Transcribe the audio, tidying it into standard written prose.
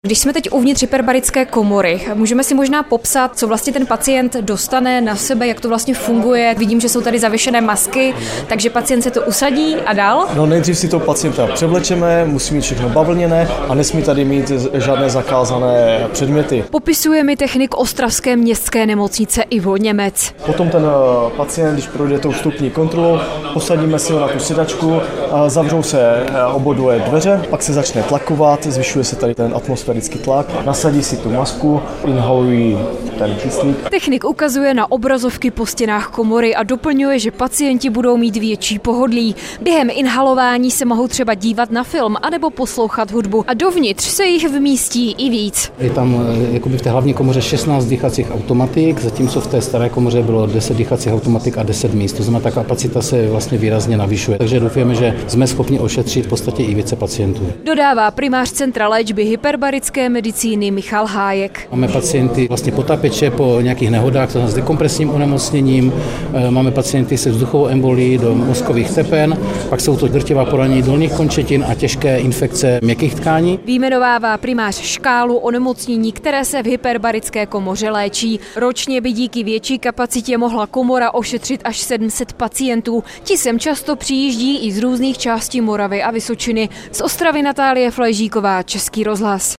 Když jsme teď uvnitř hyperbarické komory, můžeme si možná popsat, co vlastně ten pacient dostane na sebe, jak to vlastně funguje. Vidím, že jsou tady zavěšené masky, takže pacient se to usadí a dál? No nejdřív si toho pacienta převlečeme, musí mít všechno bavlněné a nesmí tady mít žádné zakázané předměty. Popisuje mi technik ostravské městské nemocnice Ivo Němec. Potom ten pacient, když projde tou vstupní kontrolu, posadíme si ho na tu sedačku, zavřou se obodové dveře, pak se začne tlakovat, zvyšuje se tady ten atmosférický tlak, nasadí si tu masku, inhalují ten kyslík. Technik ukazuje na obrazovky po stěnách komory a doplňuje, že pacienti budou mít větší pohodlí. Během inhalování se mohou třeba dívat na film anebo poslouchat hudbu a dovnitř se jich vmístí i víc. Je tam jakoby v té hlavní komoře 16 dýchacích automatik, zatímco v té staré komoře bylo 10 dýchacích automatik a 10 míst. To znamená, ta kapacita se vlastně výrazně navyšuje. Takže doufáme, že jsme schopni ošetřit v podstatě i více pacientů. Dodává primář Centra léčby hyperbarické medicíny Michal Hájek. Máme pacienty vlastně potapeče po nějakých nehodách, to znamená s dekompresním onemocněním. Máme pacienty se vzduchovou embolií do mozkových tepen, pak jsou to drtivá poranění dolních končetin a těžké infekce měkkých tkání. Vyjmenovává primář škálu onemocnění, které se v hyperbarické komoře léčí. Ročně by díky větší kapacitě mohla komora ošetřit až 700 pacientů. Ti sem často přijíždí i z různých částí Moravy a Vysočiny. Z Ostravy Natálie Flejžíková, Český rozhlas.